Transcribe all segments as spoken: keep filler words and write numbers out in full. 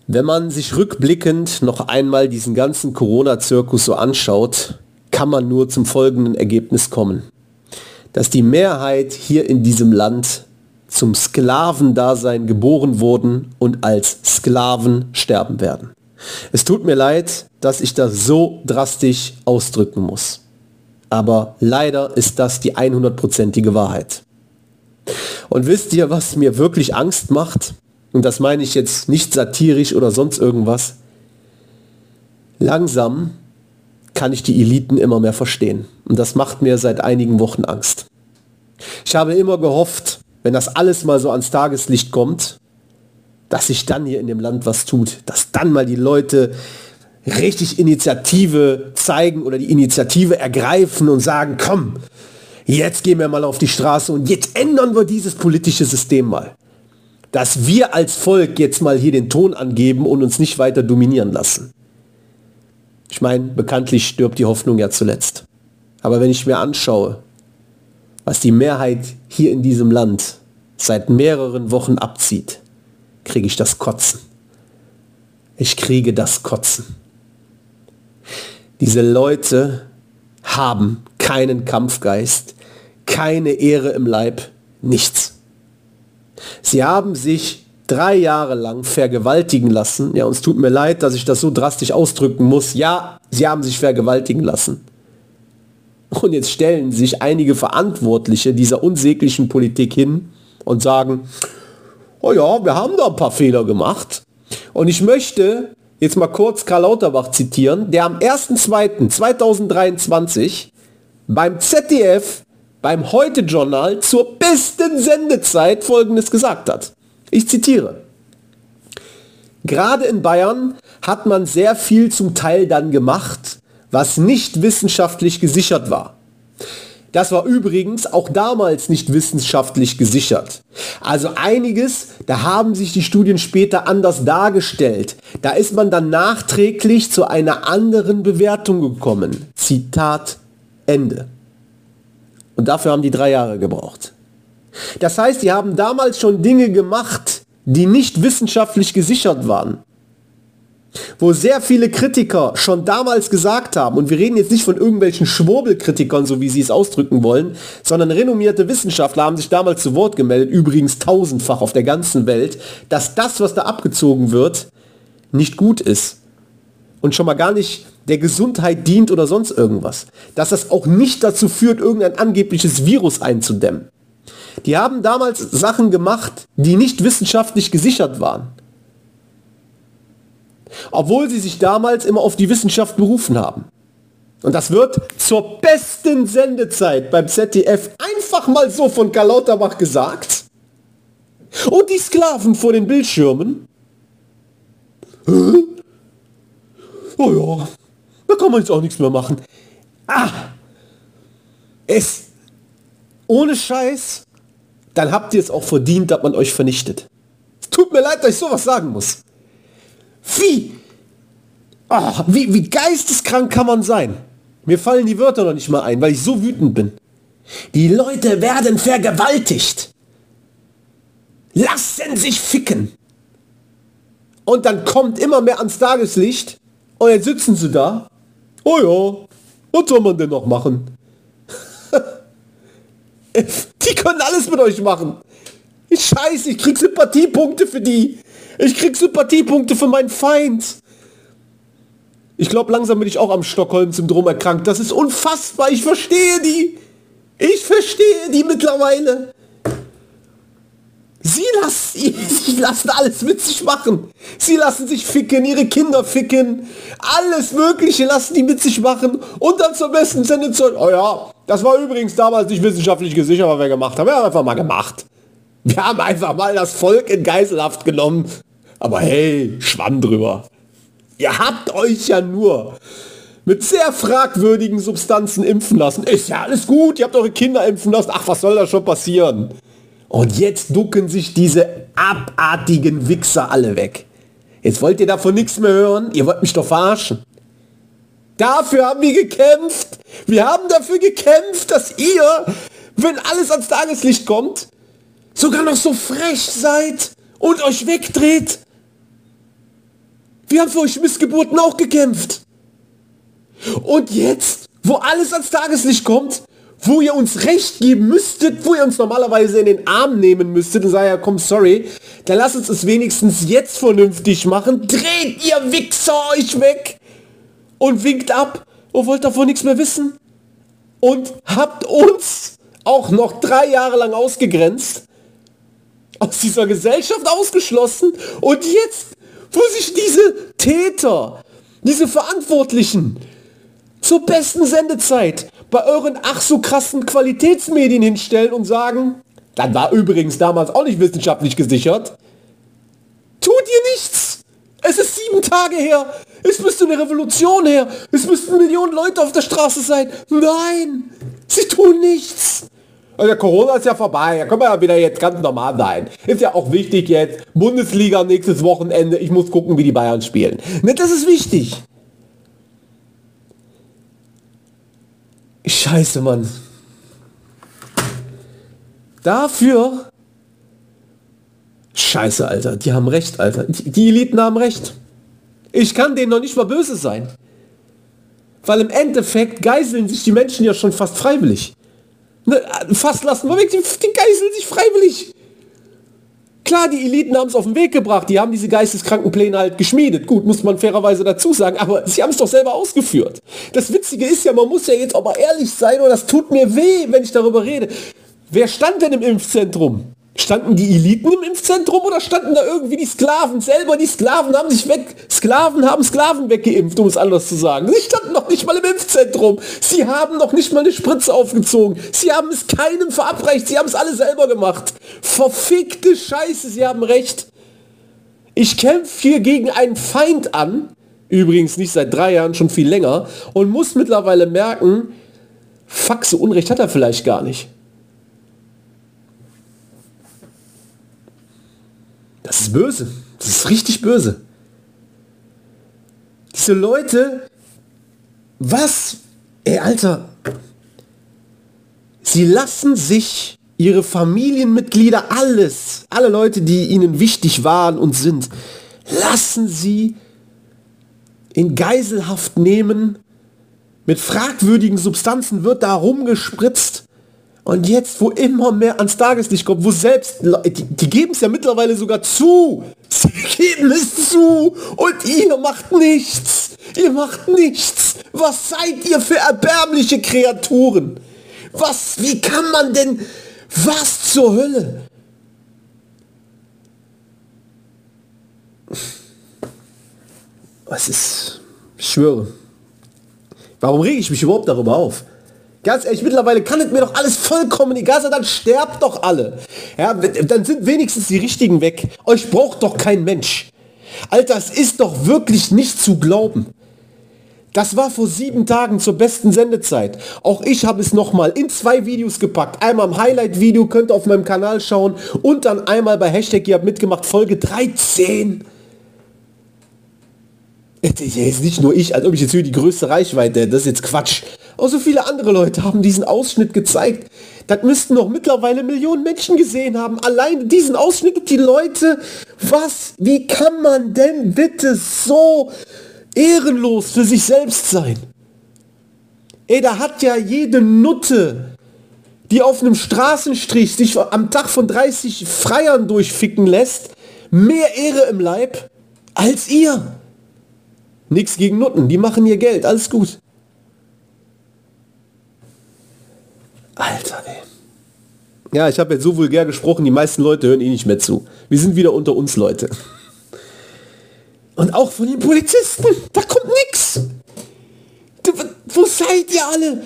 Wenn man sich rückblickend noch einmal diesen ganzen Corona-Zirkus so anschaut, kann man nur zum folgenden Ergebnis kommen. Dass die Mehrheit hier in diesem Land zum Sklavendasein geboren wurden und als Sklaven sterben werden. Es tut mir leid, dass ich das so drastisch ausdrücken muss. Aber leider ist das die hundertprozentige Wahrheit. Und wisst ihr, was mir wirklich Angst macht? Und das meine ich jetzt nicht satirisch oder sonst irgendwas. Langsam kann ich die Eliten immer mehr verstehen. Und das macht mir seit einigen Wochen Angst. Ich habe immer gehofft, wenn das alles mal so ans Tageslicht kommt, dass sich dann hier in dem Land was tut. Dass dann mal die Leute richtig Initiative zeigen oder die Initiative ergreifen und sagen, komm, jetzt gehen wir mal auf die Straße und jetzt ändern wir dieses politische System mal. Dass wir als Volk jetzt mal hier den Ton angeben und uns nicht weiter dominieren lassen. Ich meine, bekanntlich stirbt die Hoffnung ja zuletzt. Aber wenn ich mir anschaue, was die Mehrheit hier in diesem Land seit mehreren Wochen abzieht, kriege ich das Kotzen. Ich kriege das Kotzen. Diese Leute haben keinen Kampfgeist, keine Ehre im Leib, nichts. Sie haben sich drei Jahre lang vergewaltigen lassen. Ja, uns tut mir leid, dass ich das so drastisch ausdrücken muss. Ja, sie haben sich vergewaltigen lassen. Und jetzt stellen sich einige Verantwortliche dieser unsäglichen Politik hin und sagen, oh ja, wir haben da ein paar Fehler gemacht. Und ich möchte jetzt mal kurz Karl Lauterbach zitieren, der am ersten zweiten zweitausenddreiundzwanzig beim Z D F, beim Heute-Journal zur besten Sendezeit Folgendes gesagt hat. Ich zitiere. Gerade in Bayern hat man sehr viel zum Teil dann gemacht, was nicht wissenschaftlich gesichert war. Das war übrigens auch damals nicht wissenschaftlich gesichert. Also einiges, da haben sich die Studien später anders dargestellt. Da ist man dann nachträglich zu einer anderen Bewertung gekommen. Zitat Ende. Und dafür haben die drei Jahre gebraucht. Das heißt, die haben damals schon Dinge gemacht, die nicht wissenschaftlich gesichert waren. Wo sehr viele Kritiker schon damals gesagt haben, und wir reden jetzt nicht von irgendwelchen Schwurbelkritikern, so wie sie es ausdrücken wollen, sondern renommierte Wissenschaftler haben sich damals zu Wort gemeldet, übrigens tausendfach auf der ganzen Welt, dass das, was da abgezogen wird, nicht gut ist. Und schon mal gar nicht der Gesundheit dient oder sonst irgendwas. Dass das auch nicht dazu führt, irgendein angebliches Virus einzudämmen. Die haben damals Sachen gemacht, die nicht wissenschaftlich gesichert waren. Obwohl sie sich damals immer auf die Wissenschaft berufen haben. Und das wird zur besten Sendezeit beim Z D F einfach mal so von Karl Lauterbach gesagt. Und die Sklaven vor den Bildschirmen. Hä? Oh ja, da kann man jetzt auch nichts mehr machen. Ah, es, ohne Scheiß, dann habt ihr es auch verdient, dass man euch vernichtet. Es tut mir leid, dass ich sowas sagen muss. Wie, oh, wie, wie geisteskrank kann man sein? Mir fallen die Wörter noch nicht mal ein, weil ich so wütend bin. Die Leute werden vergewaltigt. Lassen sich ficken. Und dann kommt immer mehr ans Tageslicht. Und jetzt sitzen sie da. Oh ja, was soll man denn noch machen? Die können alles mit euch machen. Scheiße, ich krieg Sympathiepunkte für die. Ich krieg Sympathiepunkte für meinen Feind. Ich glaube, langsam bin ich auch am Stockholm-Syndrom erkrankt. Das ist unfassbar. Ich verstehe die. Ich verstehe die mittlerweile. Sie lassen, sie lassen alles mit sich machen. Sie lassen sich ficken, ihre Kinder ficken. Alles Mögliche lassen die mit sich machen. Und dann zur besten Sendezeit. Oh ja, das war übrigens damals nicht wissenschaftlich gesichert, was wir gemacht haben. Wir haben einfach mal gemacht. Wir haben einfach mal das Volk in Geiselhaft genommen. Aber hey, Schwamm drüber. Ihr habt euch ja nur mit sehr fragwürdigen Substanzen impfen lassen. Ist ja alles gut, ihr habt eure Kinder impfen lassen. Ach, was soll da schon passieren? Und jetzt ducken sich diese abartigen Wichser alle weg. Jetzt wollt ihr davon nichts mehr hören? Ihr wollt mich doch verarschen. Dafür haben wir gekämpft. Wir haben dafür gekämpft, dass ihr, wenn alles ans Tageslicht kommt, sogar noch so frech seid und euch wegdreht. Wir haben für euch Missgeburten auch gekämpft. Und jetzt, wo alles ans Tageslicht kommt, wo ihr uns Recht geben müsstet, wo ihr uns normalerweise in den Arm nehmen müsstet und sagen, ja komm, sorry, dann lasst uns es wenigstens jetzt vernünftig machen. Dreht ihr Wichser euch weg und winkt ab und wollt davon nichts mehr wissen. Und habt uns auch noch drei Jahre lang ausgegrenzt, aus dieser Gesellschaft ausgeschlossen. Und jetzt, wo sich diese Täter, diese Verantwortlichen zur besten Sendezeit bei euren ach so krassen Qualitätsmedien hinstellen und sagen, das war übrigens damals auch nicht wissenschaftlich gesichert, tut ihr nichts. Es ist sieben Tage her. Es müsste eine Revolution her. Es müssten Millionen Leute auf der Straße sein. Nein, sie tun nichts. Also Corona ist ja vorbei. Da können wir ja wieder jetzt ganz normal sein. Ist ja auch wichtig jetzt. Bundesliga nächstes Wochenende. Ich muss gucken, wie die Bayern spielen. Ne, das ist wichtig. Scheiße, Mann. Dafür... Scheiße, Alter. Die haben recht, Alter. Die, die Eliten haben recht. Ich kann denen noch nicht mal böse sein. Weil im Endeffekt geiseln sich die Menschen ja schon fast freiwillig. Ne, fast lassen wir weg, die, die geiseln sich freiwillig. Klar, die Eliten haben es auf den Weg gebracht, die haben diese geisteskranken Pläne halt geschmiedet. Gut, muss man fairerweise dazu sagen, aber sie haben es doch selber ausgeführt. Das Witzige ist ja, man muss ja jetzt aber ehrlich sein, und das tut mir weh, wenn ich darüber rede. Wer stand denn im Impfzentrum? Standen die Eliten im Impfzentrum oder standen da irgendwie die Sklaven selber? Die Sklaven haben sich weg, Sklaven haben Sklaven weggeimpft, um es anders zu sagen. Sie standen noch nicht mal im Impfzentrum. Sie haben noch nicht mal eine Spritze aufgezogen. Sie haben es keinem verabreicht. Sie haben es alle selber gemacht. Verfickte Scheiße, sie haben recht. Ich kämpfe hier gegen einen Feind an, übrigens nicht seit drei Jahren, schon viel länger, und muss mittlerweile merken, fuck, so Unrecht hat er vielleicht gar nicht. Das ist böse. Das ist richtig böse. Diese Leute, was? Ey, Alter. Sie lassen sich ihre Familienmitglieder, alles, alle Leute, die ihnen wichtig waren und sind, lassen sie in Geiselhaft nehmen. Mit fragwürdigen Substanzen wird da rumgespritzt. Und jetzt, wo immer mehr ans Tageslicht kommt, wo selbst, die, die geben es ja mittlerweile sogar zu. Sie geben es zu. Und ihr macht nichts. Ihr macht nichts. Was seid ihr für erbärmliche Kreaturen? Was, wie kann man denn, was zur Hölle? Was ist, ich schwöre. Warum rege ich mich überhaupt darüber auf? Ganz ehrlich, mittlerweile kann es mir doch alles vollkommen egal sein, dann sterbt doch alle. Ja, dann sind wenigstens die Richtigen weg. Euch braucht doch kein Mensch. Alter, es ist doch wirklich nicht zu glauben. Das war vor sieben Tagen zur besten Sendezeit. Auch ich habe es nochmal in zwei Videos gepackt. Einmal im Highlight-Video, könnt ihr auf meinem Kanal schauen. Und dann einmal bei Hashtag, ihr habt mitgemacht, Folge dreizehn. Jetzt nicht nur ich, als ob ich jetzt hier die größte Reichweite hätte, das ist jetzt Quatsch. Auch so viele andere Leute haben diesen Ausschnitt gezeigt. Das müssten doch mittlerweile Millionen Menschen gesehen haben. Allein diesen Ausschnitt und die Leute, was, wie kann man denn bitte so ehrenlos für sich selbst sein? Ey, da hat ja jede Nutte, die auf einem Straßenstrich sich am Tag von dreißig Freiern durchficken lässt, mehr Ehre im Leib als ihr. Nix gegen Nutten, die machen ihr Geld, alles gut. Alter, ey. Ja, ich habe jetzt so vulgär gesprochen, die meisten Leute hören eh nicht mehr zu. Wir sind wieder unter uns, Leute. Und auch von den Polizisten, da kommt nix. Wo seid ihr alle?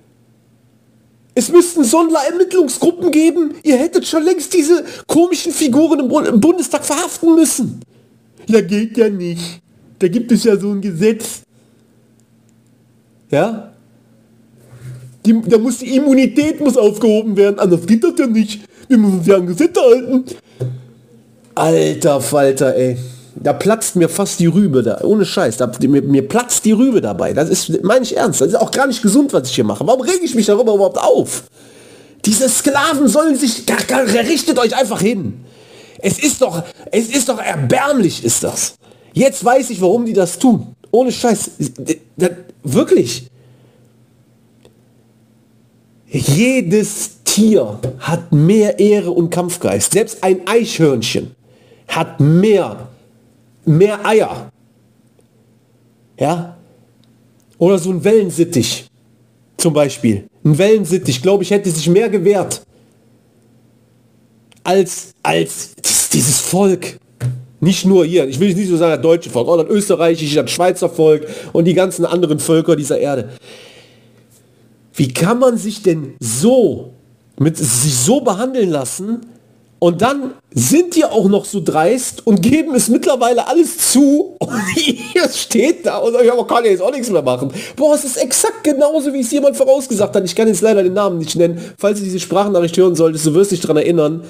Es müssten Sonderermittlungsgruppen geben. Ihr hättet schon längst diese komischen Figuren im Bundestag verhaften müssen. Ja, geht ja nicht. Da gibt es ja so ein Gesetz. Ja? Die, da muss die Immunität muss aufgehoben werden. Anders geht das ja nicht. Wir müssen uns ja an Gesetze halten. Alter Falter, ey. Da platzt mir fast die Rübe da. Ohne Scheiß. Da, mir, mir platzt die Rübe dabei. Das ist, meine ich ernst. Das ist auch gar nicht gesund, was ich hier mache. Warum rege ich mich darüber überhaupt auf? Diese Sklaven sollen sich... Da, da, richtet euch einfach hin. Es ist doch... Es ist doch erbärmlich, ist das. Jetzt weiß ich, warum die das tun. Ohne Scheiß. Das, wirklich. Jedes Tier hat mehr Ehre und Kampfgeist. Selbst ein Eichhörnchen hat mehr, mehr Eier. Ja? Oder so ein Wellensittich zum Beispiel. Ein Wellensittich, glaube ich, hätte sich mehr gewehrt als, als dieses Volk. Nicht nur hier, ich will nicht so sagen, das deutsche Volk, auch das österreichische, das Schweizer Volk und die ganzen anderen Völker dieser Erde. Wie kann man sich denn so, mit sich so behandeln lassen und dann sind die auch noch so dreist und geben es mittlerweile alles zu und ihr steht da und sagt, ja, man kann ja jetzt auch nichts mehr machen. Boah, es ist exakt genauso, wie es jemand vorausgesagt hat. Ich kann jetzt leider den Namen nicht nennen. Falls du diese Sprachnachricht hören solltest, du wirst dich daran erinnern.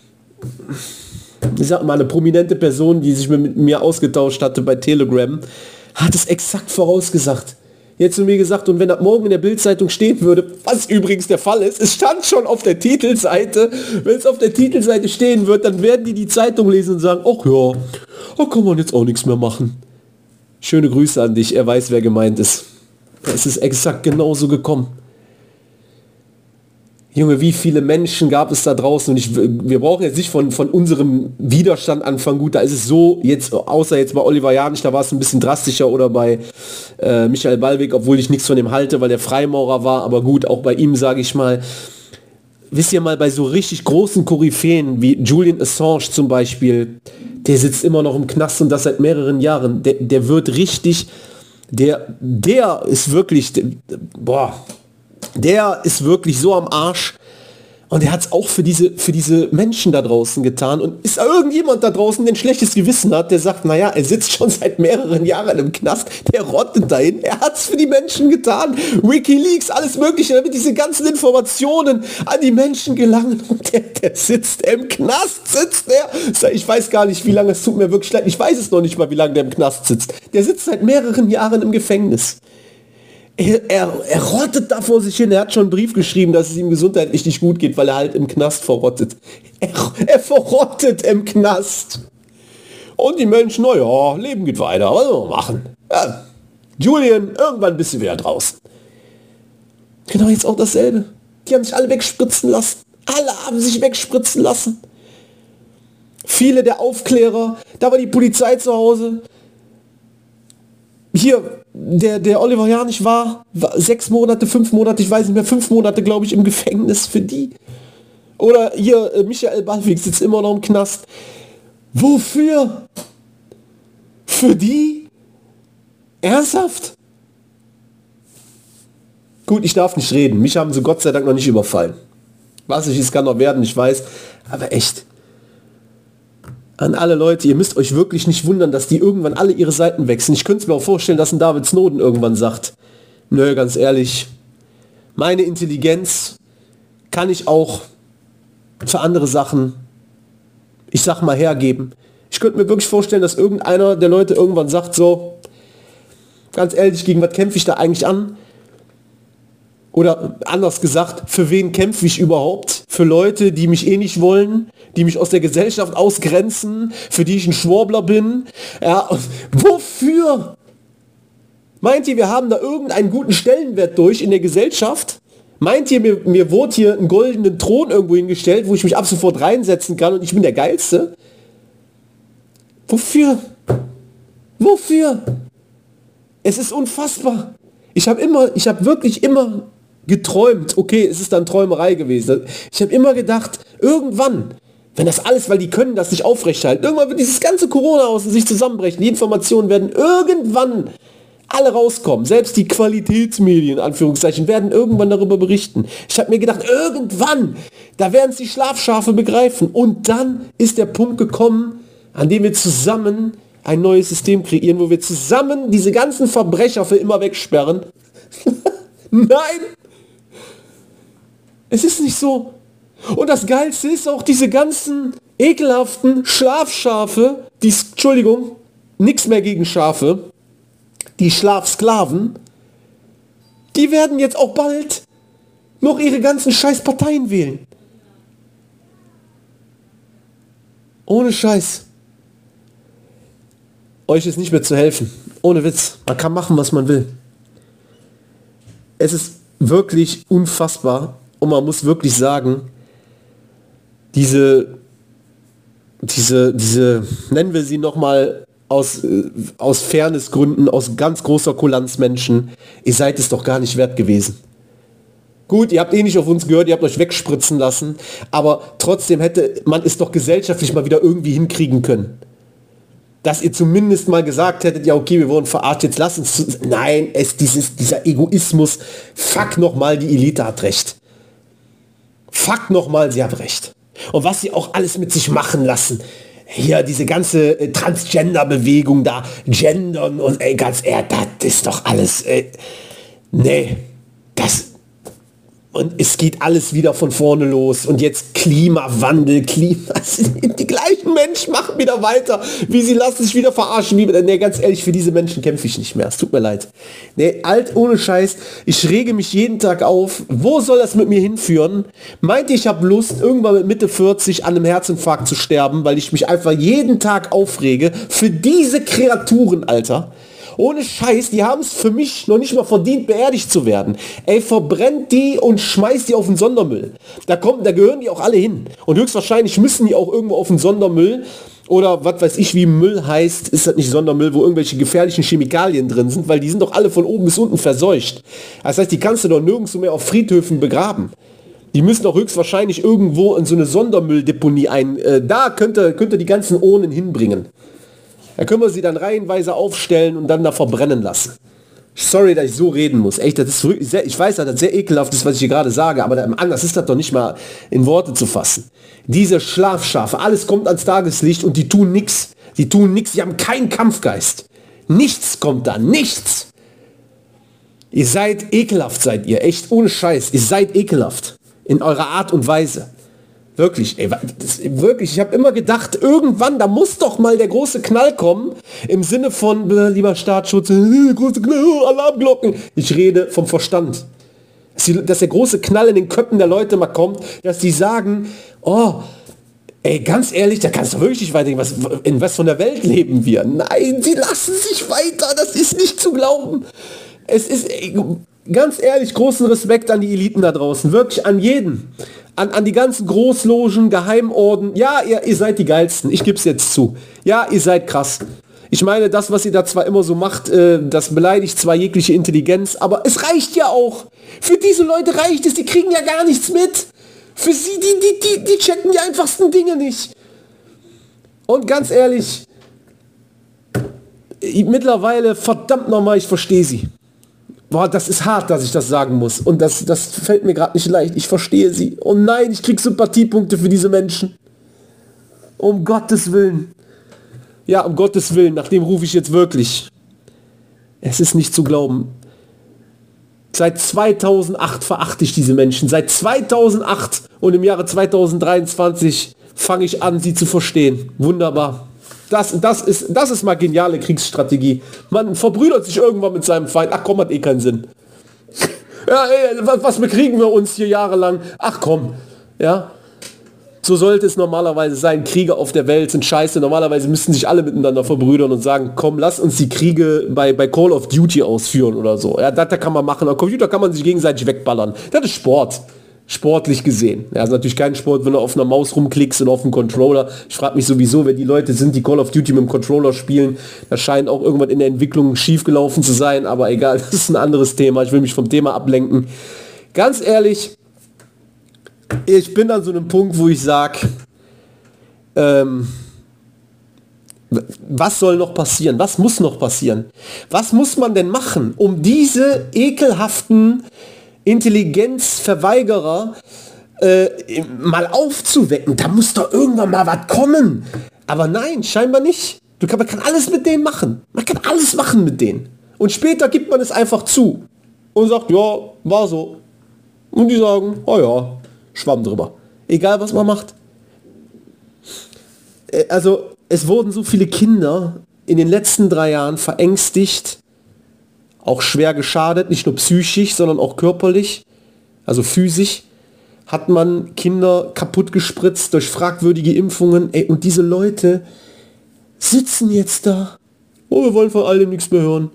Ich sag mal, eine prominente Person, die sich mit mir ausgetauscht hatte bei Telegram, hat es exakt vorausgesagt. Jetzt zu mir gesagt, und wenn das morgen in der Bildzeitung stehen würde, was übrigens der Fall ist, es stand schon auf der Titelseite, wenn es auf der Titelseite stehen wird, dann werden die die Zeitung lesen und sagen, ach ja, da kann man jetzt auch nichts mehr machen. Schöne Grüße an dich, er weiß, wer gemeint ist. Es ist exakt genauso gekommen. Junge, wie viele Menschen gab es da draußen und ich, wir brauchen jetzt nicht von, von unserem Widerstand anfangen, gut, da ist es so, jetzt außer jetzt bei Oliver Janich, da war es ein bisschen drastischer oder bei äh, Michael Ballweg, obwohl ich nichts von dem halte, weil der Freimaurer war, aber gut, auch bei ihm sage ich mal, wisst ihr mal, bei so richtig großen Koryphäen wie Julian Assange zum Beispiel, der sitzt immer noch im Knast und das seit mehreren Jahren, der, der wird richtig, der, der ist wirklich, der, boah, der ist wirklich so am Arsch und er hat es auch für diese, für diese Menschen da draußen getan und ist irgendjemand da draußen, der ein schlechtes Gewissen hat, der sagt, naja, er sitzt schon seit mehreren Jahren im Knast, der rottet dahin, er hat es für die Menschen getan, Wikileaks, alles mögliche, damit diese ganzen Informationen an die Menschen gelangen und der, der sitzt im Knast, sitzt der, ich weiß gar nicht, wie lange, es tut mir wirklich leid, ich weiß es noch nicht mal, wie lange der im Knast sitzt, der sitzt seit mehreren Jahren im Gefängnis. Er, er, er rottet da vor sich hin. Er hat schon einen Brief geschrieben, dass es ihm gesundheitlich nicht gut geht, weil er halt im Knast verrottet. Er, er verrottet im Knast. Und die Menschen, naja, Leben geht weiter. Was soll man machen? Ja. Julian, irgendwann bist du wieder draußen. Genau, jetzt auch dasselbe. Die haben sich alle wegspritzen lassen. Alle haben sich wegspritzen lassen. Viele der Aufklärer, da war die Polizei zu Hause. Hier, der, der Oliver Janich war, war sechs Monate, fünf Monate, ich weiß nicht mehr, fünf Monate, glaube ich, im Gefängnis für die. Oder hier, äh, Michael Ballweg sitzt immer noch im Knast. Wofür? Für die? Ernsthaft? Gut, ich darf nicht reden. Mich haben sie Gott sei Dank noch nicht überfallen. Was ich, es kann noch werden, ich weiß. Aber echt. An alle Leute, ihr müsst euch wirklich nicht wundern, dass die irgendwann alle ihre Seiten wechseln. Ich könnte es mir auch vorstellen, dass ein David Snowden irgendwann sagt, nö, ganz ehrlich, meine Intelligenz kann ich auch für andere Sachen, ich sag mal, hergeben. Ich könnte mir wirklich vorstellen, dass irgendeiner der Leute irgendwann sagt, so, ganz ehrlich, gegen was kämpfe ich da eigentlich an? Oder anders gesagt, für wen kämpfe ich überhaupt? Für Leute, die mich eh nicht wollen, die mich aus der Gesellschaft ausgrenzen, für die ich ein Schwurbler bin. Ja, wofür? Meint ihr, wir haben da irgendeinen guten Stellenwert durch in der Gesellschaft? Meint ihr, mir, mir wurde hier einen goldenen Thron irgendwo hingestellt, wo ich mich ab sofort reinsetzen kann und ich bin der Geilste? Wofür? Wofür? Es ist unfassbar. Ich habe immer, ich habe wirklich immer geträumt, okay, es ist dann Träumerei gewesen. Ich habe immer gedacht, irgendwann, wenn das alles, weil die können das nicht aufrechthalten, irgendwann wird dieses ganze Corona aus sich zusammenbrechen, die Informationen werden irgendwann alle rauskommen, selbst die Qualitätsmedien, in Anführungszeichen, werden irgendwann darüber berichten. Ich habe mir gedacht, irgendwann, da werden es die Schlafschafe begreifen und dann ist der Punkt gekommen, an dem wir zusammen ein neues System kreieren, wo wir zusammen diese ganzen Verbrecher für immer wegsperren. Nein! Es ist nicht so. Und das Geilste ist auch diese ganzen ekelhaften Schlafschafe, die, Entschuldigung, nichts mehr gegen Schafe, die Schlafsklaven, die werden jetzt auch bald noch ihre ganzen scheiß Parteien wählen. Ohne Scheiß. euch ist nicht mehr zu helfen. Ohne Witz. Man kann machen, was man will. Es ist wirklich unfassbar und man muss wirklich sagen, diese, diese, diese, nennen wir sie nochmal aus, aus Fairnessgründen, aus ganz großer Kulanz Menschen, ihr seid es doch gar nicht wert gewesen. Gut, ihr habt eh nicht auf uns gehört, ihr habt euch wegspritzen lassen, aber trotzdem hätte man es doch gesellschaftlich mal wieder irgendwie hinkriegen können. Dass ihr zumindest mal gesagt hättet, ja okay, wir wurden verarscht, jetzt lasst uns zu... Nein, es dieses, dieser Egoismus, fuck nochmal, die Elite hat recht. Fuck nochmal, sie hat recht. Und was sie auch alles mit sich machen lassen. Hier, diese ganze äh, Transgender-Bewegung da, Gendern und ey, ganz ehrlich, das ist doch alles... Äh, nee, das... Und es geht alles wieder von vorne los. Und jetzt Klimawandel, Klima... Die gleichen Menschen machen wieder weiter. Wie sie lassen sich wieder verarschen. Wie, nee, ganz ehrlich, für diese Menschen kämpfe ich nicht mehr. Es tut mir leid. Nee, alt ohne Scheiß. Ich rege mich jeden Tag auf. Wo soll das mit mir hinführen? Meinte ich habe Lust, irgendwann mit Mitte vierzig an einem Herzinfarkt zu sterben, weil ich mich einfach jeden Tag aufrege. Für diese Kreaturen, Alter. Ohne Scheiß, die haben es für mich noch nicht mal verdient, beerdigt zu werden. Ey, verbrennt die und schmeißt die auf den Sondermüll. Da kommt, da gehören die auch alle hin. Und höchstwahrscheinlich müssen die auch irgendwo auf den Sondermüll. Oder was weiß ich, wie Müll heißt, ist das nicht Sondermüll, wo irgendwelche gefährlichen Chemikalien drin sind, weil die sind doch alle von oben bis unten verseucht. Das heißt, die kannst du doch nirgendwo mehr auf Friedhöfen begraben. Die müssen doch höchstwahrscheinlich irgendwo in so eine Sondermülldeponie ein. Äh, da könnt ihr, könnt ihr die ganzen Urnen hinbringen. Da können wir sie dann reihenweise aufstellen und dann da verbrennen lassen. Sorry, dass ich so reden muss. Echt, das ist wirklich sehr, ich weiß, dass das sehr ekelhaft ist, was ich hier gerade sage, aber anders ist das doch nicht mal in Worte zu fassen. Diese Schlafschafe, alles kommt ans Tageslicht und die tun nichts. Die tun nichts, die haben keinen Kampfgeist. Nichts kommt da, nichts. Ihr seid ekelhaft, seid ihr. Echt, ohne Scheiß. Ihr seid ekelhaft. In eurer Art und Weise. Wirklich, ey, das, wirklich, ich habe immer gedacht, irgendwann, da muss doch mal der große Knall kommen, im Sinne von, äh, lieber Staatsschutz, äh, große Knall, Alarmglocken. Ich rede vom Verstand. Dass, die, dass der große Knall in den Köpfen der Leute mal kommt, dass die sagen, oh, ey, ganz ehrlich, da kannst du wirklich nicht weitergehen, was, in was von der Welt leben wir? Nein, sie lassen sich weiter, das ist nicht zu glauben. Es ist, ey, ganz ehrlich, großen Respekt an die Eliten da draußen, wirklich an jeden. An, an die ganzen Großlogen, Geheimorden. Ja, ihr, ihr seid die Geilsten. Ich gebe es jetzt zu. Ja, ihr seid krass. Ich meine, das, was ihr da zwar immer so macht, äh, das beleidigt zwar jegliche Intelligenz, aber es reicht ja auch. Für diese Leute reicht es. Die kriegen ja gar nichts mit. Für sie, die, die, die, die checken die einfachsten Dinge nicht. Und ganz ehrlich, ich, mittlerweile, verdammt nochmal, ich verstehe sie. Boah, das ist hart, dass ich das sagen muss. Und das, das fällt mir gerade nicht leicht. Ich verstehe sie. Oh nein, ich krieg Sympathiepunkte für diese Menschen. Um Gottes Willen. Ja, um Gottes Willen. Nach dem rufe ich jetzt wirklich. Es ist nicht zu glauben. Seit zweitausendacht verachte ich diese Menschen. Seit zweitausendacht und im Jahre zweitausenddreiundzwanzig fange ich an, sie zu verstehen. Wunderbar. Das, das, ist, das ist mal geniale Kriegsstrategie. Man verbrüdert sich irgendwann mit seinem Feind. Ach komm, hat eh keinen Sinn. Ja, ey, was, was bekriegen wir uns hier jahrelang? Ach komm. Ja. So sollte es normalerweise sein. Kriege auf der Welt sind scheiße. Normalerweise müssten sich alle miteinander verbrüdern und sagen, komm, lass uns die Kriege bei, bei Call of Duty ausführen oder so. Ja, das, das kann man machen. Am Computer kann man sich gegenseitig wegballern. Das ist Sport. Sportlich gesehen. Ja, ist natürlich kein Sport, wenn du auf einer Maus rumklickst und auf dem Controller. Ich frage mich sowieso, wer die Leute sind, die Call of Duty mit dem Controller spielen. Das scheint auch irgendwann in der Entwicklung schiefgelaufen zu sein, aber egal, das ist ein anderes Thema. Ich will mich vom Thema ablenken. Ganz ehrlich, ich bin an so einem Punkt, wo ich sage, ähm, was soll noch passieren? Was muss noch passieren? Was muss man denn machen, um diese ekelhaften Intelligenzverweigerer äh, mal aufzuwecken? Da muss doch irgendwann mal was kommen. Aber nein, scheinbar nicht. Du kann, man kann alles mit denen machen. Man kann alles machen mit denen. Und später gibt man es einfach zu. Und sagt, ja, war so. Und die sagen, oh ja, Schwamm drüber. Egal, was man macht. Äh, also, es wurden so viele Kinder in den letzten drei Jahren verängstigt, auch schwer geschadet, nicht nur psychisch, sondern auch körperlich, also physisch, hat man Kinder kaputt gespritzt durch fragwürdige Impfungen. Ey, und diese Leute sitzen jetzt da Oh, wir wollen von all dem nichts mehr hören.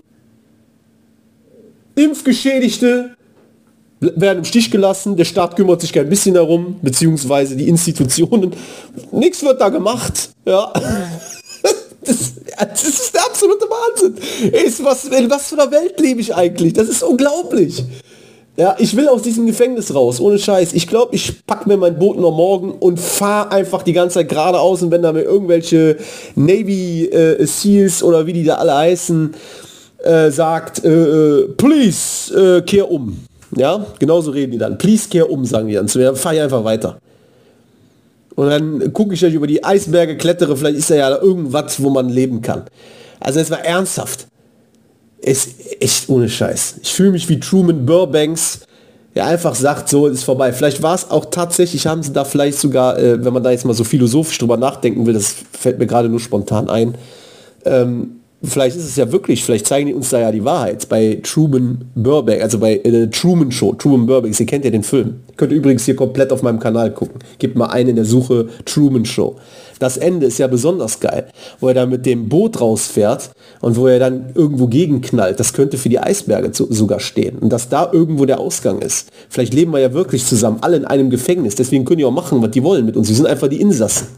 Impfgeschädigte werden im Stich gelassen, der Staat kümmert sich kein bisschen darum, beziehungsweise die Institutionen. Nichts wird da gemacht. Ja. Das, das ist der absolute Wahnsinn. Ist was, in was für einer Welt lebe ich eigentlich? Das ist unglaublich. Ja, ich will aus diesem Gefängnis raus, ohne Scheiß. Ich glaube, ich packe mir mein Boot noch morgen und fahre einfach die ganze Zeit geradeaus, und wenn da mir irgendwelche Navy äh, Seals oder wie die da alle heißen, äh, sagt, äh, please, äh, kehr um. Ja, genauso reden die dann. Please, kehr um, sagen die dann zu mir. Dann fahre ich einfach weiter. Und dann gucke ich euch über die Eisberge, klettere, vielleicht ist da ja irgendwas, wo man leben kann. Also es war ernsthaft. Ist echt ohne Scheiß. Ich fühle mich wie Truman Burbanks, der einfach sagt, so, ist vorbei. Vielleicht war es auch tatsächlich, haben sie da vielleicht sogar, äh, wenn man da jetzt mal so philosophisch drüber nachdenken will, das fällt mir gerade nur spontan ein, ähm, vielleicht ist es ja wirklich, vielleicht zeigen die uns da ja die Wahrheit bei Truman Burbank, also bei äh, Truman Show, Truman Burbank, ihr kennt ja den Film. Könnt ihr übrigens hier komplett auf meinem Kanal gucken. Gebt mal ein in der Suche Truman Show. Das Ende ist ja besonders geil, wo er dann mit dem Boot rausfährt und wo er dann irgendwo gegenknallt. Das könnte für die Eisberge zu, sogar stehen. Und dass da irgendwo der Ausgang ist. Vielleicht leben wir ja wirklich zusammen, alle in einem Gefängnis. Deswegen können die auch machen, was die wollen mit uns. Wir sind einfach die Insassen.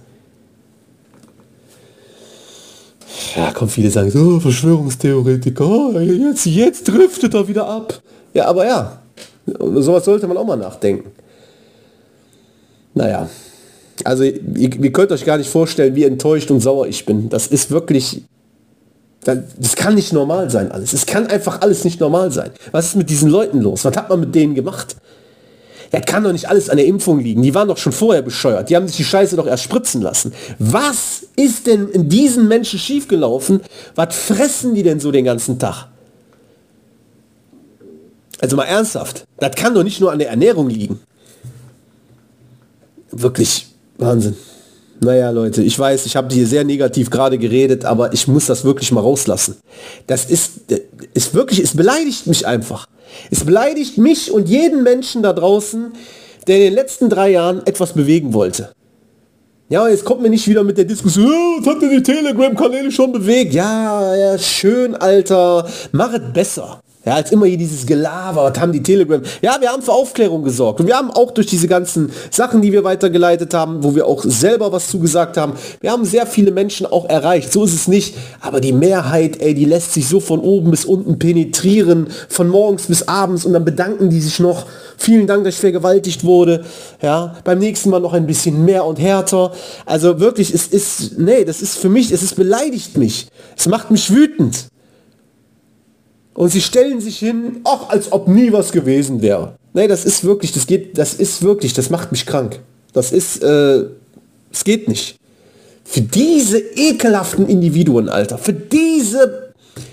Ja, kommt viele sagen, so, Verschwörungstheoretiker, jetzt, jetzt driftet er wieder ab. Ja, aber ja, sowas sollte man auch mal nachdenken. Naja, also ihr, ihr könnt euch gar nicht vorstellen, wie enttäuscht und sauer ich bin. Das ist wirklich, das kann nicht normal sein alles. Es kann einfach alles nicht normal sein. Was ist mit diesen Leuten los? Was hat man mit denen gemacht? Ja, kann doch nicht alles an der Impfung liegen. Die waren doch schon vorher bescheuert. Die haben sich die Scheiße doch erst spritzen lassen. Was ist denn in diesen Menschen schiefgelaufen? Was fressen die denn so den ganzen Tag? Also mal ernsthaft. Das kann doch nicht nur an der Ernährung liegen. Wirklich Wahnsinn. Naja, Leute, ich weiß, ich habe hier sehr negativ gerade geredet, aber ich muss das wirklich mal rauslassen. Das ist, ist wirklich, es beleidigt mich einfach. Es beleidigt mich und jeden Menschen da draußen, der in den letzten drei Jahren etwas bewegen wollte. Ja, jetzt kommt mir nicht wieder mit der Diskussion, oh, was hat denn die Telegram-Kanäle schon bewegt? Ja, ja, schön, Alter, mach es besser. Ja, als immer hier dieses Gelaber, was haben die Telegram... Ja, wir haben für Aufklärung gesorgt. Und wir haben auch durch diese ganzen Sachen, die wir weitergeleitet haben, wo wir auch selber was zugesagt haben, wir haben sehr viele Menschen auch erreicht. So ist es nicht. Aber die Mehrheit, ey, die lässt sich so von oben bis unten penetrieren, von morgens bis abends, und dann bedanken die sich noch. Vielen Dank, dass ich vergewaltigt wurde. Ja, beim nächsten Mal noch ein bisschen mehr und härter. Also wirklich, es ist... Nee, das ist für mich, es ist beleidigt mich. Es macht mich wütend. Und sie stellen sich hin, ach, als ob nie was gewesen wäre. Nee, das ist wirklich, das geht, das ist wirklich, das macht mich krank. Das ist, äh, es geht nicht. Für diese ekelhaften Individuen, Alter, für diese,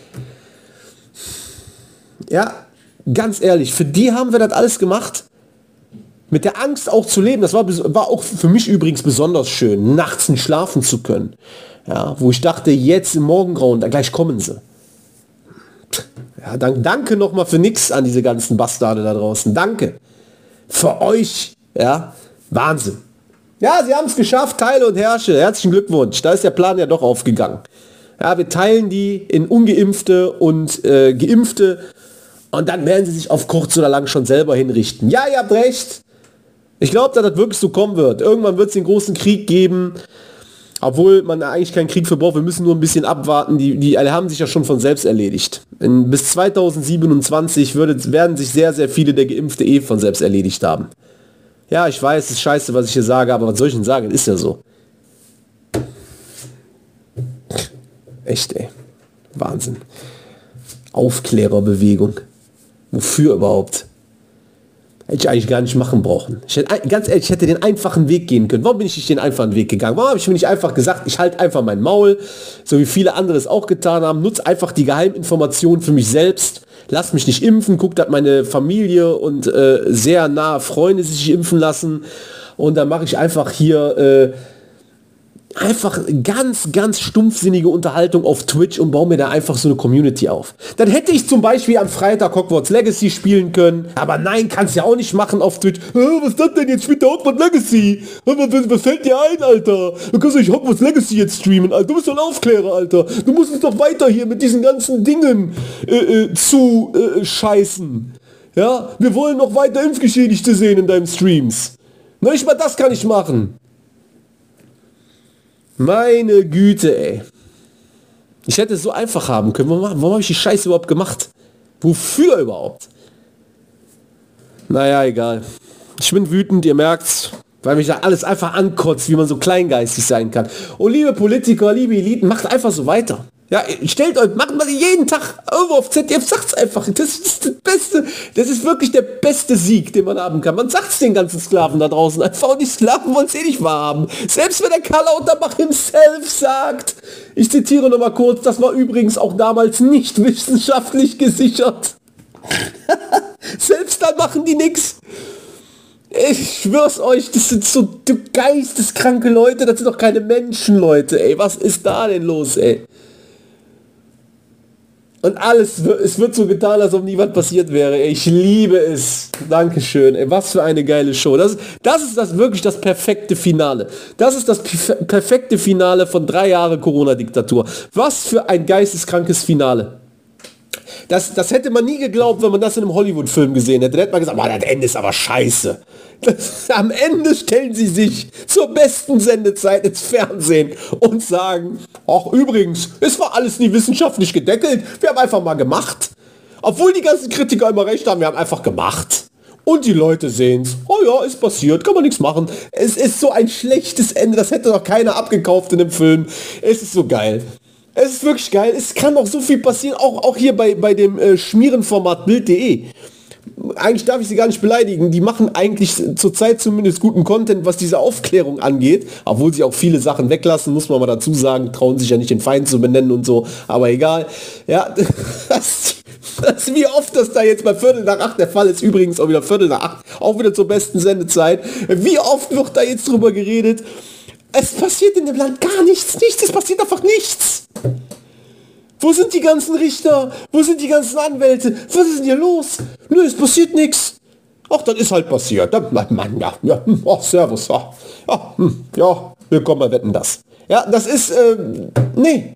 ja, ganz ehrlich, für die haben wir das alles gemacht. Mit der Angst auch zu leben, das war, war auch für mich übrigens besonders schön, nachts nicht schlafen zu können. Ja, wo ich dachte, jetzt im Morgengrauen, da gleich kommen sie. Ja, dank, danke nochmal für nix an diese ganzen Bastarde da draußen. Danke. Für euch. Ja, Wahnsinn. Ja, sie haben es geschafft, teile und herrsche. Herzlichen Glückwunsch. Da ist der Plan ja doch aufgegangen. Ja, wir teilen die in Ungeimpfte und äh, Geimpfte, und dann werden sie sich auf kurz oder lang schon selber hinrichten. Ja, ihr habt recht. Ich glaube, dass das wirklich so kommen wird. Irgendwann wird es den großen Krieg geben. Obwohl man eigentlich keinen Krieg für braucht, wir müssen nur ein bisschen abwarten. Die, die alle haben sich ja schon von selbst erledigt. In, bis zweitausendsiebenundzwanzig würde, werden sich sehr, sehr viele der Geimpfte eh von selbst erledigt haben. Ja, ich weiß, es ist scheiße, was ich hier sage, aber was soll ich denn sagen? Ist ja so. Echt, ey. Wahnsinn. Aufklärerbewegung. Wofür überhaupt? Hätte ich eigentlich gar nicht machen brauchen. Ich hätte, ganz ehrlich, ich hätte den einfachen Weg gehen können. Warum bin ich nicht den einfachen Weg gegangen? Warum habe ich mir nicht einfach gesagt, ich halte einfach mein Maul, so wie viele andere es auch getan haben, nutze einfach die Geheiminformationen für mich selbst, lass mich nicht impfen, guck, dass meine Familie und äh, sehr nahe Freunde sich impfen lassen, und dann mache ich einfach hier, äh, einfach ganz, ganz stumpfsinnige Unterhaltung auf Twitch und baue mir da einfach so eine Community auf. Dann hätte ich zum Beispiel am Freitag Hogwarts Legacy spielen können, aber nein, kannst ja auch nicht machen auf Twitch. Was ist das denn jetzt? Spielt der Hogwarts Legacy? Was, was fällt dir ein, Alter? Du kannst nicht Hogwarts Legacy jetzt streamen, Alter. Du bist doch ein Aufklärer, Alter. Du musst uns doch weiter hier mit diesen ganzen Dingen äh, äh, zu äh, scheißen. Ja, wir wollen noch weiter Impfgeschädigte sehen in deinen Streams. Na, nicht mal das kann ich machen. Meine Güte, ey. Ich hätte es so einfach haben können. Warum, warum habe ich die Scheiße überhaupt gemacht? Wofür überhaupt? Naja, egal. Ich bin wütend, ihr merkt's, weil mich da alles einfach ankotzt, wie man so kleingeistig sein kann. Und liebe Politiker, liebe Eliten, macht einfach so weiter. Ja, stellt euch, macht mal jeden Tag irgendwo auf Z D F, sagt's einfach. Das ist das Beste, das ist wirklich der beste Sieg, den man haben kann. Man sagt's den ganzen Sklaven da draußen einfach und die Sklaven wollen es eh nicht wahrhaben. Selbst wenn der Karl Lauterbach himself sagt, ich zitiere nochmal kurz, das war übrigens auch damals nicht wissenschaftlich gesichert. Selbst dann machen die nix. Ich schwör's euch, das sind so geisteskranke Leute, das sind doch keine Menschen, Leute, ey. Was ist da denn los, ey? Und alles, es wird so getan, als ob nie was passiert wäre. Ich liebe es. Dankeschön. Ey, was für eine geile Show. Das, das ist das wirklich das perfekte Finale. Das ist das perfekte Finale von drei Jahren Corona-Diktatur. Was für ein geisteskrankes Finale. Das, das hätte man nie geglaubt, wenn man das in einem Hollywood-Film gesehen hätte. Da hätte man gesagt, das Ende ist aber scheiße. Das, am Ende stellen sie sich zur besten Sendezeit ins Fernsehen und sagen, ach übrigens, es war alles nie wissenschaftlich gedeckelt, wir haben einfach mal gemacht. Obwohl die ganzen Kritiker immer recht haben, wir haben einfach gemacht. Und die Leute sehen es. Oh ja, ist passiert, kann man nichts machen. Es ist so ein schlechtes Ende, das hätte doch keiner abgekauft in dem Film. Es ist so geil. Es ist wirklich geil. Es kann noch so viel passieren, auch, auch hier bei, bei dem äh, Schmierenformat Bild punkt de. Eigentlich darf ich sie gar nicht beleidigen. Die machen eigentlich zurzeit zumindest guten Content, was diese Aufklärung angeht. Obwohl sie auch viele Sachen weglassen, muss man mal dazu sagen. Trauen sich ja nicht den Feind zu benennen und so. Aber egal. Ja, das, das, wie oft das da jetzt bei Viertel nach acht der Fall ist. Übrigens auch wieder Viertel nach acht. Auch wieder zur besten Sendezeit. Wie oft wird da jetzt drüber geredet? Es passiert in dem Land gar nichts. Nichts. Es passiert einfach nichts. Wo sind die ganzen Richter? Wo sind die ganzen Anwälte? Was ist denn hier los? Nö, es passiert nichts. Ach, das ist halt passiert. Mann, ja, ja, oh, servus. Ja, ja, ja, willkommen bei Wetten, das. Ja, das ist, äh, nee.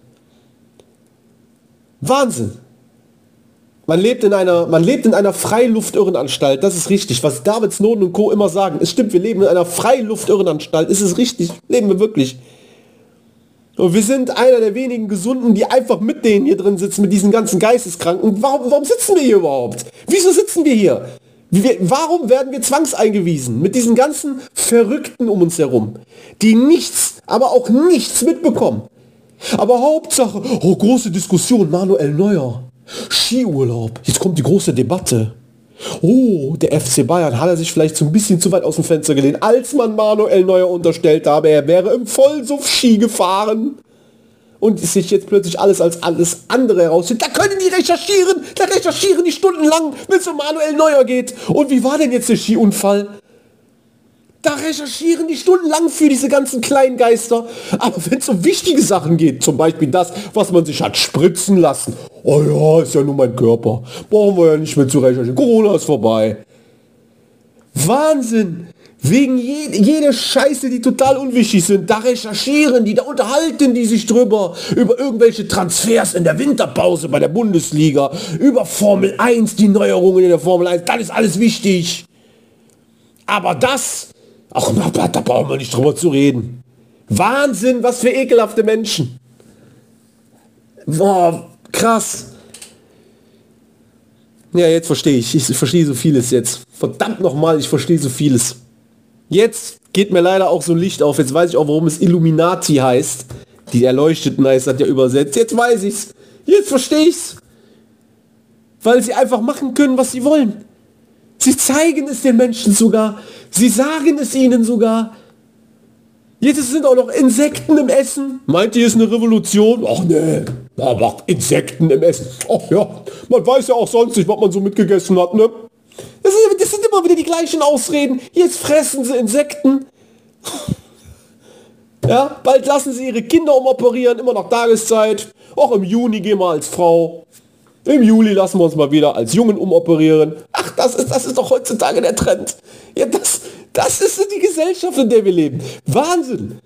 Wahnsinn. Man lebt in einer, man lebt in einer Freiluftirrenanstalt, das ist richtig. Was David Snowden und Co. immer sagen. Es stimmt, wir leben in einer Freiluftirrenanstalt. Es ist richtig, leben wir wirklich. Und wir sind einer der wenigen Gesunden, die einfach mit denen hier drin sitzen, mit diesen ganzen Geisteskranken. Warum, warum sitzen wir hier überhaupt? Wieso sitzen wir hier? Wir, warum werden wir zwangseingewiesen? Mit diesen ganzen Verrückten um uns herum, die nichts, aber auch nichts mitbekommen. Aber Hauptsache, oh, große Diskussion, Manuel Neuer. Skiurlaub, jetzt kommt die große Debatte. Oh, der F C Bayern, hat er sich vielleicht so ein bisschen zu weit aus dem Fenster gelehnt, als man Manuel Neuer unterstellt habe, er wäre im Vollsuff Ski gefahren. Und sich jetzt plötzlich alles als alles andere herausstellt. Da können die recherchieren, da recherchieren die stundenlang, wenn es um Manuel Neuer geht. Und wie war denn jetzt der Skiunfall? Da recherchieren die stundenlang für diese ganzen kleinen Geister. Aber wenn es um wichtige Sachen geht, zum Beispiel das, was man sich hat spritzen lassen. Oh ja, ist ja nur mein Körper. Brauchen wir ja nicht mehr zu recherchieren. Corona ist vorbei. Wahnsinn. Wegen je, jeder Scheiße, die total unwichtig sind. Da recherchieren die, da unterhalten die sich drüber. Über irgendwelche Transfers in der Winterpause bei der Bundesliga. Über Formel eins, die Neuerungen in der Formel eins. Das ist alles wichtig. Aber das... Ach, da brauchen wir nicht drüber zu reden. Wahnsinn, was für ekelhafte Menschen. Boah, krass. Ja, jetzt verstehe ich. Ich verstehe so vieles jetzt. Verdammt nochmal, ich verstehe so vieles. Jetzt geht mir leider auch so ein Licht auf. Jetzt weiß ich auch, warum es Illuminati heißt. Die Erleuchteten heißt das ja übersetzt. Jetzt weiß ich's. Jetzt verstehe ich's. Weil sie einfach machen können, was sie wollen. Sie zeigen es den Menschen sogar. Sie sagen es ihnen sogar. Jetzt sind auch noch Insekten im Essen. Meint ihr, ist eine Revolution? Ach nee, man macht Insekten im Essen. Ach ja, man weiß ja auch sonst nicht, was man so mitgegessen hat, ne? Das, ist, das sind immer wieder die gleichen Ausreden. Jetzt fressen sie Insekten. Ja, bald lassen sie ihre Kinder umoperieren, immer nach Tageszeit. Auch im Juni gehen wir als Frau. Im Juli lassen wir uns mal wieder als Jungen umoperieren. Ach, das ist, das ist doch heutzutage der Trend. Ja, das, das ist die Gesellschaft, in der wir leben. Wahnsinn.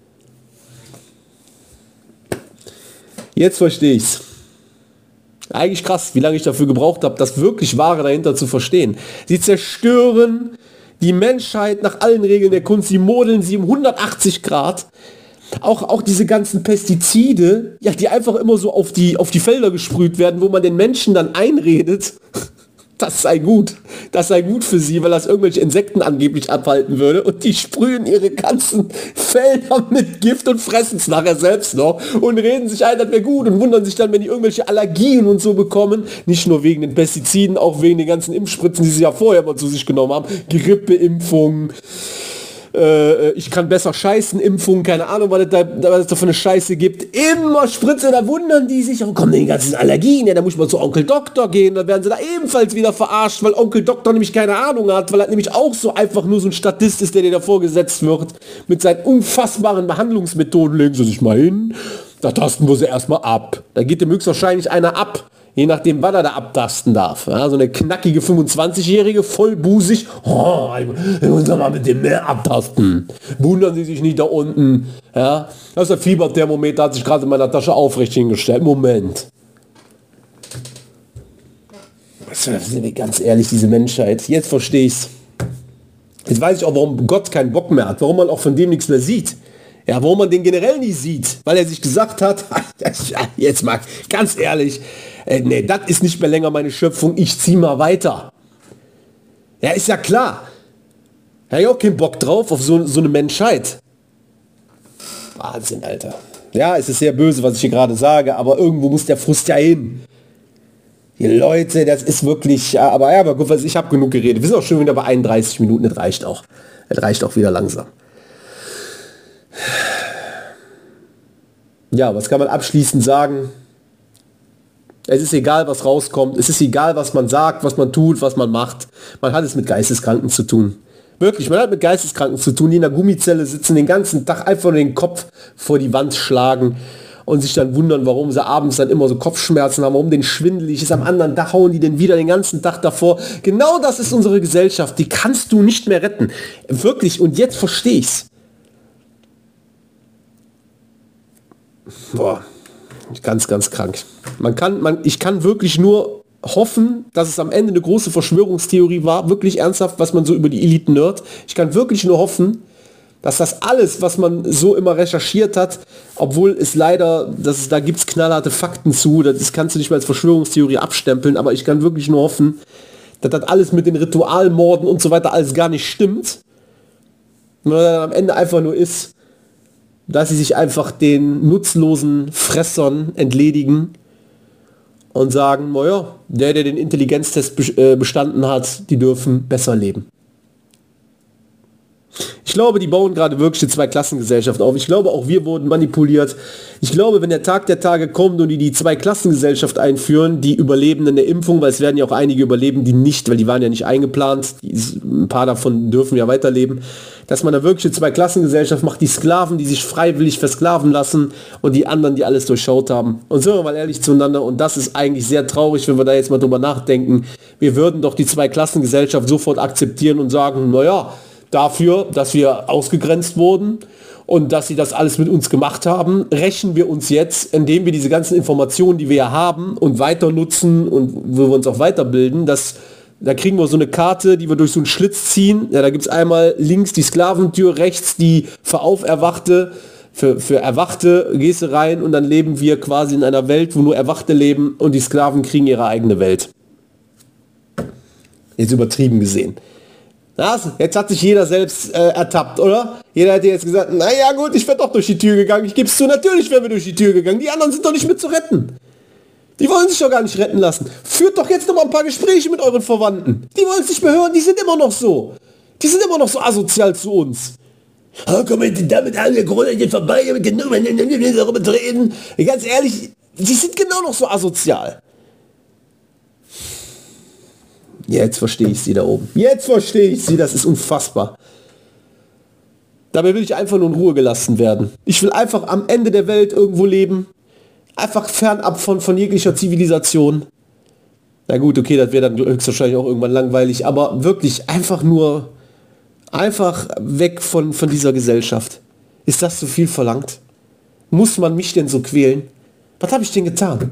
Jetzt verstehe ich's. Eigentlich krass, wie lange ich dafür gebraucht habe, das wirklich Wahre dahinter zu verstehen. Sie zerstören die Menschheit nach allen Regeln der Kunst, sie modeln sie um hundertachtzig Grad. Auch, auch diese ganzen Pestizide, ja, die einfach immer so auf die, auf die Felder gesprüht werden, wo man den Menschen dann einredet, das sei gut, das sei gut für sie, weil das irgendwelche Insekten angeblich abhalten würde, und die sprühen ihre ganzen Felder mit Gift und fressen es nachher selbst noch und reden sich ein, das wäre gut, und wundern sich dann, wenn die irgendwelche Allergien und so bekommen, nicht nur wegen den Pestiziden, auch wegen den ganzen Impfspritzen, die sie ja vorher mal zu sich genommen haben, Grippeimpfungen, äh, ich kann besser scheißen, Impfungen, keine Ahnung, was es da, was es da für eine Scheiße gibt. Immer Spritze, da wundern die sich, oh, kommen die ganzen Allergien, ja, da muss man zu Onkel Doktor gehen, dann werden sie da ebenfalls wieder verarscht, weil Onkel Doktor nämlich keine Ahnung hat, weil er nämlich auch so einfach nur so ein Statist ist, der dir da vorgesetzt wird, mit seinen unfassbaren Behandlungsmethoden. Legen Sie sich mal hin, da tasten wir sie erstmal ab. Da geht dem höchstwahrscheinlich einer ab. Je nachdem, was er da abtasten darf. Ja, so eine knackige fünfundzwanzigjährige, vollbusig, oh, ich muss doch mal mit dem mehr abtasten. Wundern Sie sich nicht da unten. Ja, das ist der Fieberthermometer, hat sich gerade in meiner Tasche aufrecht hingestellt. Moment. Ganz ehrlich, diese Menschheit. Jetzt verstehe ich's. Jetzt weiß ich auch, warum Gott keinen Bock mehr hat. Warum man auch von dem nichts mehr sieht. Ja, warum man den generell nicht sieht. Weil er sich gesagt hat, jetzt mal ganz ehrlich, Äh, nee, das ist nicht mehr länger meine Schöpfung, ich zieh mal weiter. Ja, ist ja klar. Ja, ich hab auch keinen Bock drauf, auf so, so eine Menschheit. Wahnsinn, Alter. Ja, es ist sehr böse, was ich hier gerade sage, aber irgendwo muss der Frust ja hin. Die Leute, das ist wirklich, ja, aber ja, aber gut, ich habe genug geredet. Wir sind auch schon wieder bei einunddreißig Minuten, das reicht auch. Das reicht auch wieder langsam. Ja, was kann man abschließend sagen? Es ist egal, was rauskommt. Es ist egal, was man sagt, was man tut, was man macht. Man hat es mit Geisteskranken zu tun. Wirklich, man hat mit Geisteskranken zu tun, die in der Gummizelle sitzen, den ganzen Tag einfach nur den Kopf vor die Wand schlagen und sich dann wundern, warum sie abends dann immer so Kopfschmerzen haben, warum denen schwindelig ist. Am anderen Tag hauen die den wieder den ganzen Tag davor. Genau das ist unsere Gesellschaft. Die kannst du nicht mehr retten. Wirklich, und jetzt verstehe ich's. Boah. Ganz, ganz krank. Man kann, man, ich kann wirklich nur hoffen, dass es am Ende eine große Verschwörungstheorie war, wirklich ernsthaft, was man so über die Eliten hört. Ich kann wirklich nur hoffen, dass das alles, was man so immer recherchiert hat, obwohl es leider, dass es, da gibt es knallharte Fakten zu, das kannst du nicht mehr als Verschwörungstheorie abstempeln, aber ich kann wirklich nur hoffen, dass das alles mit den Ritualmorden und so weiter alles gar nicht stimmt. Und dann am Ende einfach nur ist, dass sie sich einfach den nutzlosen Fressern entledigen und sagen, naja, der, der den Intelligenztest bestanden hat, die dürfen besser leben. Ich glaube, die bauen gerade wirklich eine Zweiklassengesellschaft auf. Ich glaube, auch wir wurden manipuliert. Ich glaube, wenn der Tag der Tage kommt und die die Zweiklassengesellschaft einführen, die Überlebenden der Impfung, weil es werden ja auch einige überleben, die nicht, weil die waren ja nicht eingeplant, die, ein paar davon dürfen ja weiterleben, dass man da wirklich eine Zweiklassengesellschaft macht, die Sklaven, die sich freiwillig versklaven lassen und die anderen, die alles durchschaut haben. Und sind wir mal ehrlich zueinander, und das ist eigentlich sehr traurig, wenn wir da jetzt mal drüber nachdenken. Wir würden doch die Zweiklassengesellschaft sofort akzeptieren und sagen, naja, dafür, dass wir ausgegrenzt wurden und dass sie das alles mit uns gemacht haben, rächen wir uns jetzt, indem wir diese ganzen Informationen, die wir ja haben und weiter nutzen und wo wir uns auch weiterbilden, dass da kriegen wir so eine Karte, die wir durch so einen Schlitz ziehen. Ja, da gibt es einmal links die Sklaventür, rechts die für Auferwachte, für, für Erwachte gehst du rein, und dann leben wir quasi in einer Welt, wo nur Erwachte leben und die Sklaven kriegen ihre eigene Welt. Jetzt übertrieben gesehen. Das, jetzt hat sich jeder selbst äh, ertappt, oder? Jeder hätte jetzt gesagt, naja gut, ich wäre doch durch die Tür gegangen. Ich gebe es zu, natürlich wären wir durch die Tür gegangen. Die anderen sind doch nicht mit zu retten. Die wollen sich doch gar nicht retten lassen. Führt doch jetzt noch mal ein paar Gespräche mit euren Verwandten. Die wollen es nicht mehr hören, die sind immer noch so. Die sind immer noch so asozial zu uns. Oh, komm jetzt damit an, der Corona geht vorbei, mit genug darüber reden. Ganz ehrlich, die sind genau noch so asozial. Jetzt verstehe ich sie da oben. Jetzt verstehe ich sie, das ist unfassbar. Dabei will ich einfach nur in Ruhe gelassen werden. Ich will einfach am Ende der Welt irgendwo leben. Einfach fernab von, von jeglicher Zivilisation. Na gut, okay, das wäre dann höchstwahrscheinlich auch irgendwann langweilig, aber wirklich einfach nur, einfach weg von, von dieser Gesellschaft. Ist das zu viel verlangt? Muss man mich denn so quälen? Was habe ich denn getan?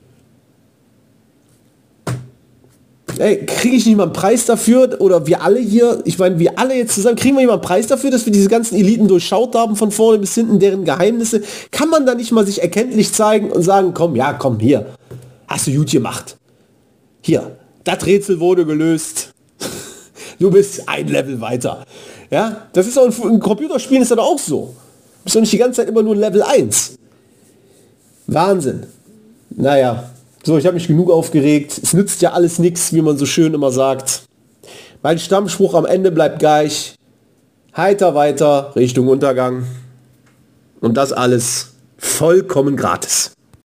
Ey, kriege ich nicht mal einen Preis dafür? Oder wir alle hier, ich meine, wir alle jetzt zusammen, kriegen wir nicht mal einen Preis dafür, dass wir diese ganzen Eliten durchschaut haben, von vorne bis hinten, deren Geheimnisse? Kann man da nicht mal sich erkenntlich zeigen und sagen, komm, ja, komm, hier, hast du gut gemacht. Hier, das Rätsel wurde gelöst. Du bist ein Level weiter. Ja, das ist auch in, in Computerspielen ist das auch so. Du bist doch nicht die ganze Zeit immer nur Level eins. Wahnsinn. Naja, so, ich habe mich genug aufgeregt. Es nützt ja alles nichts, wie man so schön immer sagt. Mein Stammspruch am Ende bleibt gleich. Heiter weiter Richtung Untergang. Und das alles vollkommen gratis.